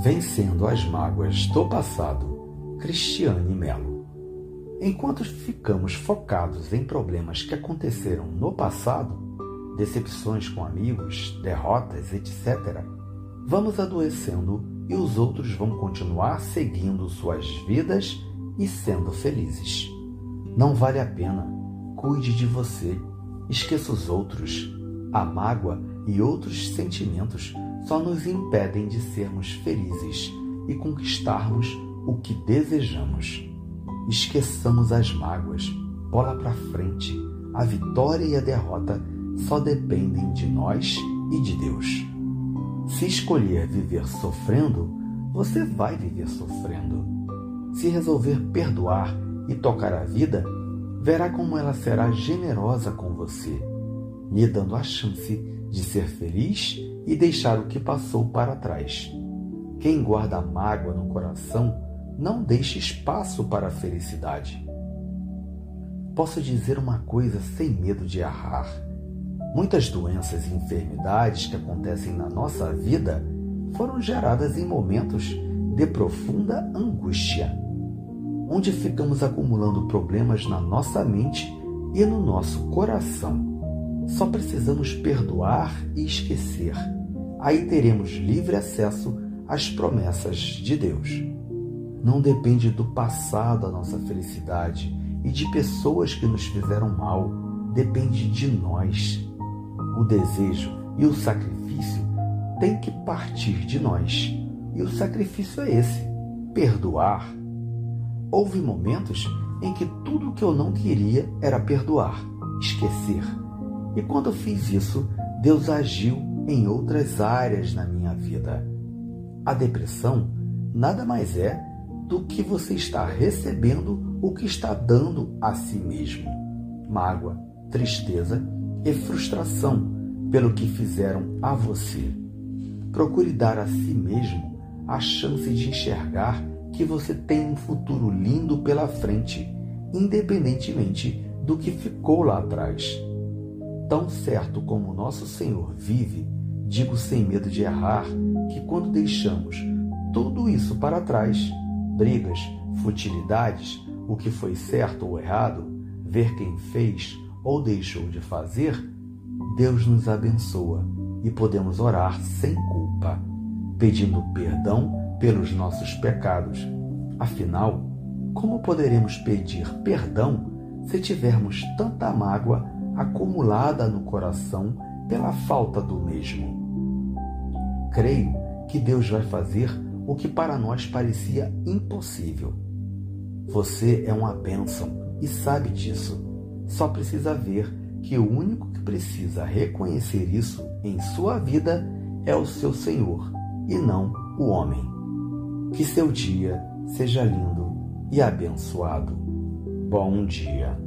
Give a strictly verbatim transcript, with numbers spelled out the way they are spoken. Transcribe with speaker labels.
Speaker 1: Vencendo as mágoas do passado, Cristiane Melo. Enquanto ficamos focados em problemas que aconteceram no passado, decepções com amigos, derrotas, etcétera, vamos adoecendo e os outros vão continuar seguindo suas vidas e sendo felizes. Não vale a pena. Cuide de você. Esqueça os outros. A mágoa e outros sentimentos só nos impedem de sermos felizes e conquistarmos o que desejamos. Esqueçamos as mágoas. Bola para frente. A vitória e a derrota só dependem de nós e de Deus. Se escolher viver sofrendo, você vai viver sofrendo. Se resolver perdoar e tocar a vida, verá como ela será generosa com você, lhe dando a chance de ser feliz e deixar o que passou para trás. Quem guarda mágoa no coração não deixa espaço para a felicidade. Posso dizer uma coisa sem medo de errar. Muitas doenças e enfermidades que acontecem na nossa vida foram geradas em momentos de profunda angústia, onde ficamos acumulando problemas na nossa mente e no nosso coração. Só precisamos perdoar e esquecer. Aí teremos livre acesso às promessas de Deus. Não depende do passado a nossa felicidade e de pessoas que nos fizeram mal. Depende de nós. O desejo e o sacrifício têm que partir de nós. E o sacrifício é esse: perdoar. Houve momentos em que tudo o que eu não queria era perdoar, esquecer. E quando eu fiz isso, Deus agiu em outras áreas na minha vida. A depressão nada mais é do que você estar recebendo o que está dando a si mesmo. Mágoa, tristeza e frustração pelo que fizeram a você. Procure dar a si mesmo a chance de enxergar que você tem um futuro lindo pela frente, independentemente do que ficou lá atrás. Tão certo como nosso Senhor vive, digo sem medo de errar, que quando deixamos tudo isso para trás, brigas, futilidades, o que foi certo ou errado, ver quem fez ou deixou de fazer, Deus nos abençoa e podemos orar sem culpa, pedindo perdão pelos nossos pecados. Afinal, como poderemos pedir perdão se tivermos tanta mágoa acumulada no coração pela falta do mesmo? Creio que Deus vai fazer o que para nós parecia impossível. Você é uma bênção e sabe disso. Só precisa ver que o único que precisa reconhecer isso em sua vida é o seu Senhor e não o homem. Que seu dia seja lindo e abençoado. Bom dia.